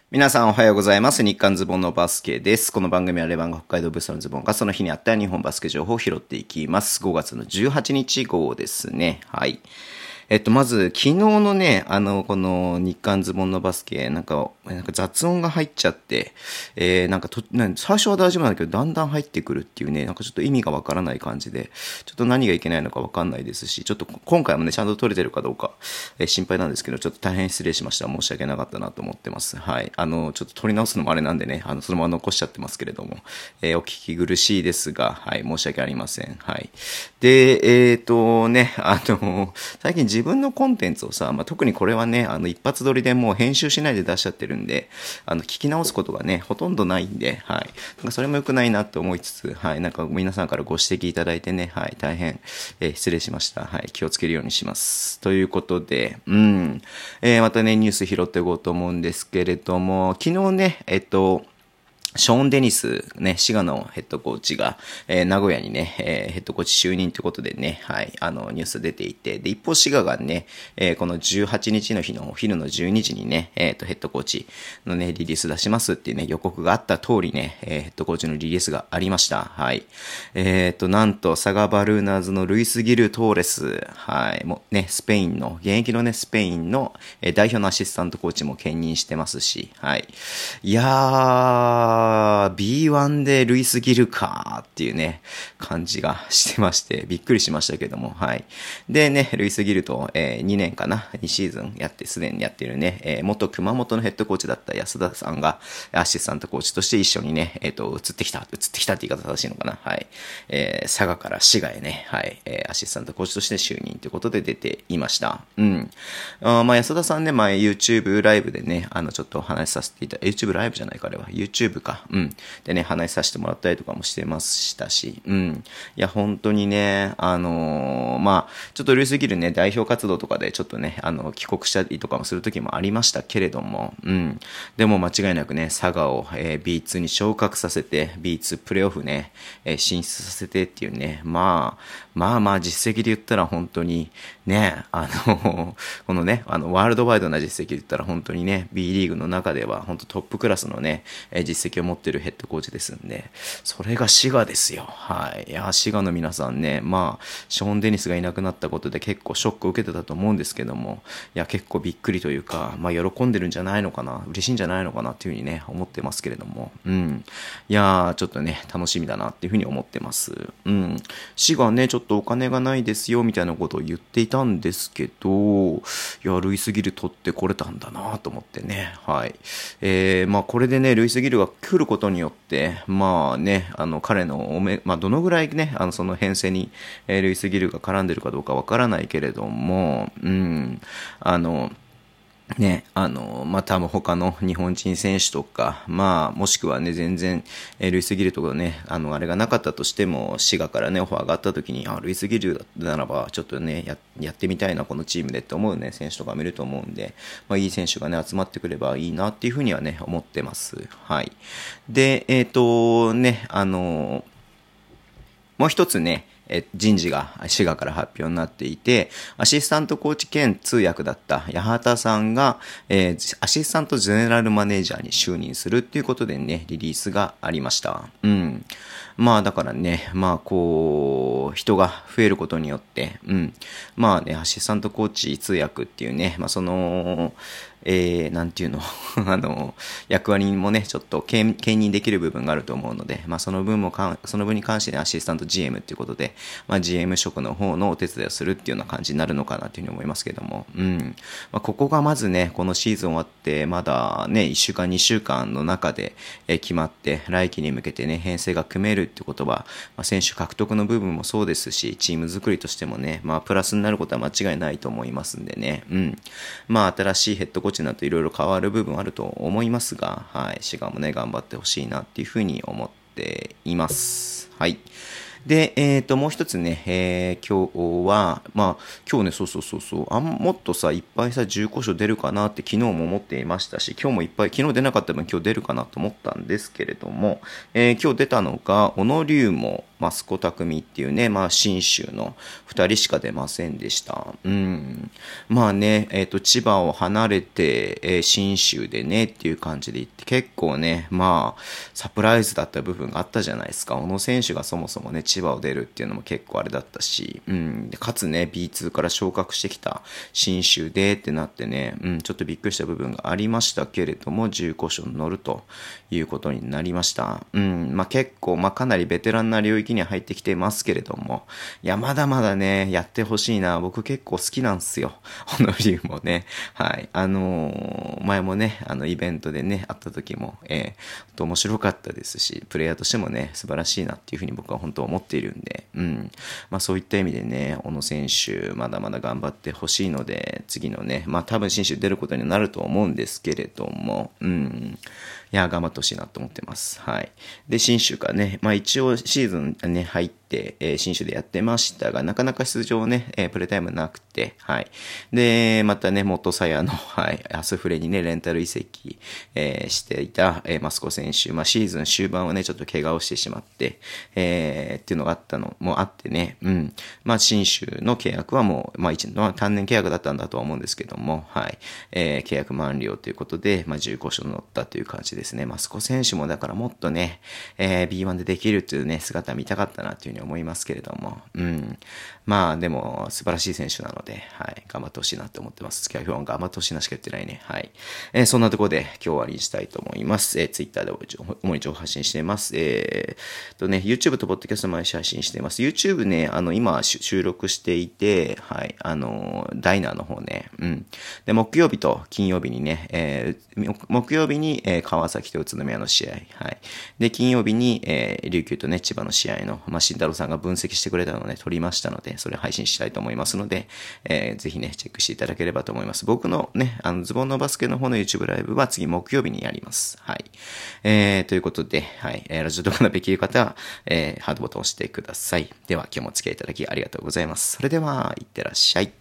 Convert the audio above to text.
皆さんおはようございます。日刊ズボンのバスケです。この番組はレバンが北海道ブースのズボンがその日にあった日本バスケ情報を拾っていきます。5月の18日号ですね。はい。まず、昨日のね、この日刊ズボンのバスケ、なんか雑音が入っちゃって、最初は大丈夫なんだけど、だんだん入ってくるっていうね、なんかちょっと意味がわからない感じで、ちょっと何がいけないのかわかんないですし、ちょっと今回もね、ちゃんと撮れてるかどうか、心配なんですけど、ちょっと大変失礼しました。申し訳なかったなと思ってます。はい。ちょっと撮り直すのもあれなんでね、そのまま残しちゃってますけれども、お聞き苦しいですが、はい、申し訳ありません。はい。で、最近自分のコンテンツをさ、特にこれはね、一発撮りでもう編集しないで出しちゃってるんで、聞き直すことがね、ほとんどないんで、はい。なんかそれも良くないなと思いつつ、はい。なんか皆さんからご指摘いただいてね、はい。大変、失礼しました。はい。気をつけるようにします。ということで、またね、ニュース拾っていこうと思うんですけれども、昨日ね、ショーン・デニス、ね、滋賀のヘッドコーチが、名古屋にね、ヘッドコーチ就任ということでね、はい、ニュース出ていて、で、一方滋賀がね、この18日の日のお昼の12時にね、ヘッドコーチのね、リリース出しますっていうね、予告があった通りね、ヘッドコーチのリリースがありました。はい。なんと、佐賀バルーナーズのルイス・ギル・トーレス、はい、もうね、スペインの、現役のね、スペインの、代表のアシスタントコーチも兼任してますし、はい。いやー、B1 でルイス・ギルかっていうね、感じがしてまして、びっくりしましたけども、はい。でね、ルイス・ギルと、2年かな、2シーズンやって、すでにやってるね、元熊本のヘッドコーチだった安田さんが、アシスタントコーチとして一緒にね、移ってきたって言い方正しいのかな、はい。佐賀から滋賀へね、はい、アシスタントコーチとして就任ということで出ていました。うん。安田さんね、前 YouTube ライブでね、ちょっとお話しさせていた、YouTube ライブじゃないか、あれは。YouTube か。うん。でね、話させてもらったりとかもしてましたし、うん。いや、本当にね、ちょっとルイス・ギルね、代表活動とかでちょっとね、帰国したりとかもする時もありましたけれども、うん。でも間違いなくね、佐賀を、B2 に昇格させて、B2 プレイオフね、進出させてっていうね、実績で言ったら本当に、ね、このね、ワールドワイドな実績で言ったら本当にね、B リーグの中では本当トップクラスのね、実績を持っているヘッドコーチですんで、それが滋賀ですよ。はい。いや、滋賀の皆さんね、ショーン・デニスがいなくなったことで結構ショックを受けてたと思うんですけども、いや、結構びっくりというか、喜んでるんじゃないのかな、嬉しいんじゃないのかなっていうふうにね、思ってますけれども、うん。いやちょっとね、楽しみだなっていうふうに思ってます。うん。滋賀ね、ちょっとお金がないですよ、みたいなことを言っていたんですけど、いや、ルイス・ギル取ってこれたんだなと思ってね、はい。これでね、ルイス・ギルが来ることによって、彼のどのぐらいね、その編成に、ルイス・ギルが絡んでるかどうかわからないけれども、うん、ね、多分他の日本人選手とか、もしくはね、全然、ルイス・ギルとかね、あれがなかったとしても、滋賀からね、オファーがあった時に、ルイス・ギルならば、ちょっとね、やってみたいな、このチームでって思うね、選手とか見ると思うんで、いい選手がね、集まってくればいいなっていうふうにはね、思ってます。はい。で、もう一つね、人事が滋賀から発表になっていて、アシスタントコーチ兼通訳だった八幡さんが、アシスタントゼネラルマネージャーに就任するっていうことでね、リリースがありました。うん。だからね、人が増えることによって、うん。アシスタントコーチ通訳っていうね、なんていうの役割もね、ちょっと兼任できる部分があると思うので、その分に関してね、アシスタント GM っていうことで、GM 職の方のお手伝いをするっていうような感じになるのかなというふうに思いますけども、うん。ここがまずね、このシーズン終わって、まだね、1週間、2週間の中で、決まって、来季に向けてね、編成が組めるってことは、選手獲得の部分もそうですし、チーム作りとしてもね、プラスになることは間違いないと思いますんでね、うん。新しいヘッドコーチになるといろいろ変わる部分あると思いますが、はい、滋賀もね、頑張ってほしいなっていうふうに思っています。はい。で、もう一つね、今日は、今日ね、もっとさ、いっぱいさ、重古書出るかなって昨日も思っていましたし、今日もいっぱい、昨日出なかった分今日出るかなと思ったんですけれども、今日出たのが、小野龍門、 益子匠っていうね、信州の2人しか出ませんでした。まあね、千葉を離れて、信州でねっていう感じで行って、結構ね、サプライズだった部分があったじゃないですか。小野選手がそもそもね、千葉を出るっていうのも結構あれだったし、かつね、B2 から昇格してきた信州でってなってね、ちょっとびっくりした部分がありましたけれども、重厚賞に乗るということになりました。結構、かなりベテランな領域には入ってきてますけれども、いや、まだまだね、やってほしいな。僕結構好きなんですよ。小野龍もね。はい。前もね、イベントでね、会った時も、本当面白かったですし、プレイヤーとしてもね、素晴らしいなっていうふうに僕は本当思っているんで、そういった意味でね、小野選手、まだまだ頑張ってほしいので、次のね、多分新州出ることになると思うんですけれども、いや、頑張ってほしいなと思ってます。はい。で、新州からね、一応シーズンね、入って、新州でやってましたが、なかなか出場ね、プレイタイムなくて、はい。で、またね、元さやの、はい、アスフレにね、レンタル移籍、していた、益子選手、シーズン終盤はね、ちょっと怪我をしてしまって、っていうのがあったのもあってね、新州の契約はもう、単年契約だったんだとは思うんですけども、はい、契約満了ということで、15勝乗ったという感じですね。益子選手もだからもっとね、B1 でできるというね、姿見たかったなというふうに思いますけれども、でも素晴らしい選手なので、はい、頑張ってほしいなと思ってます。今日は頑張ってほしいなしか言ってないね。はい。そんなところで今日終わりにしたいと思います。Twitter で主に情報発信しています。YouTube と Podcast 毎週配信しています。YouTube ね、今収録していて、はい、ダイナーの方ね、で、木曜日と金曜日にね、木曜日に、川崎と宇都宮の試合、はい。で、金曜日に、琉球とね、千葉の試合の、慎太郎さんが分析してくれたので、撮りましたので、それを配信したいと思いますので、ぜひね、チェックしていただければと思います。僕のね、ズボンのバスケの方の YouTube ライブは次木曜日にやります。はい。ということで、はい。ラジオとかのできる方は、ハードボタンを押してください。では、今日もお付き合いいただきありがとうございます。それでは、いってらっしゃい。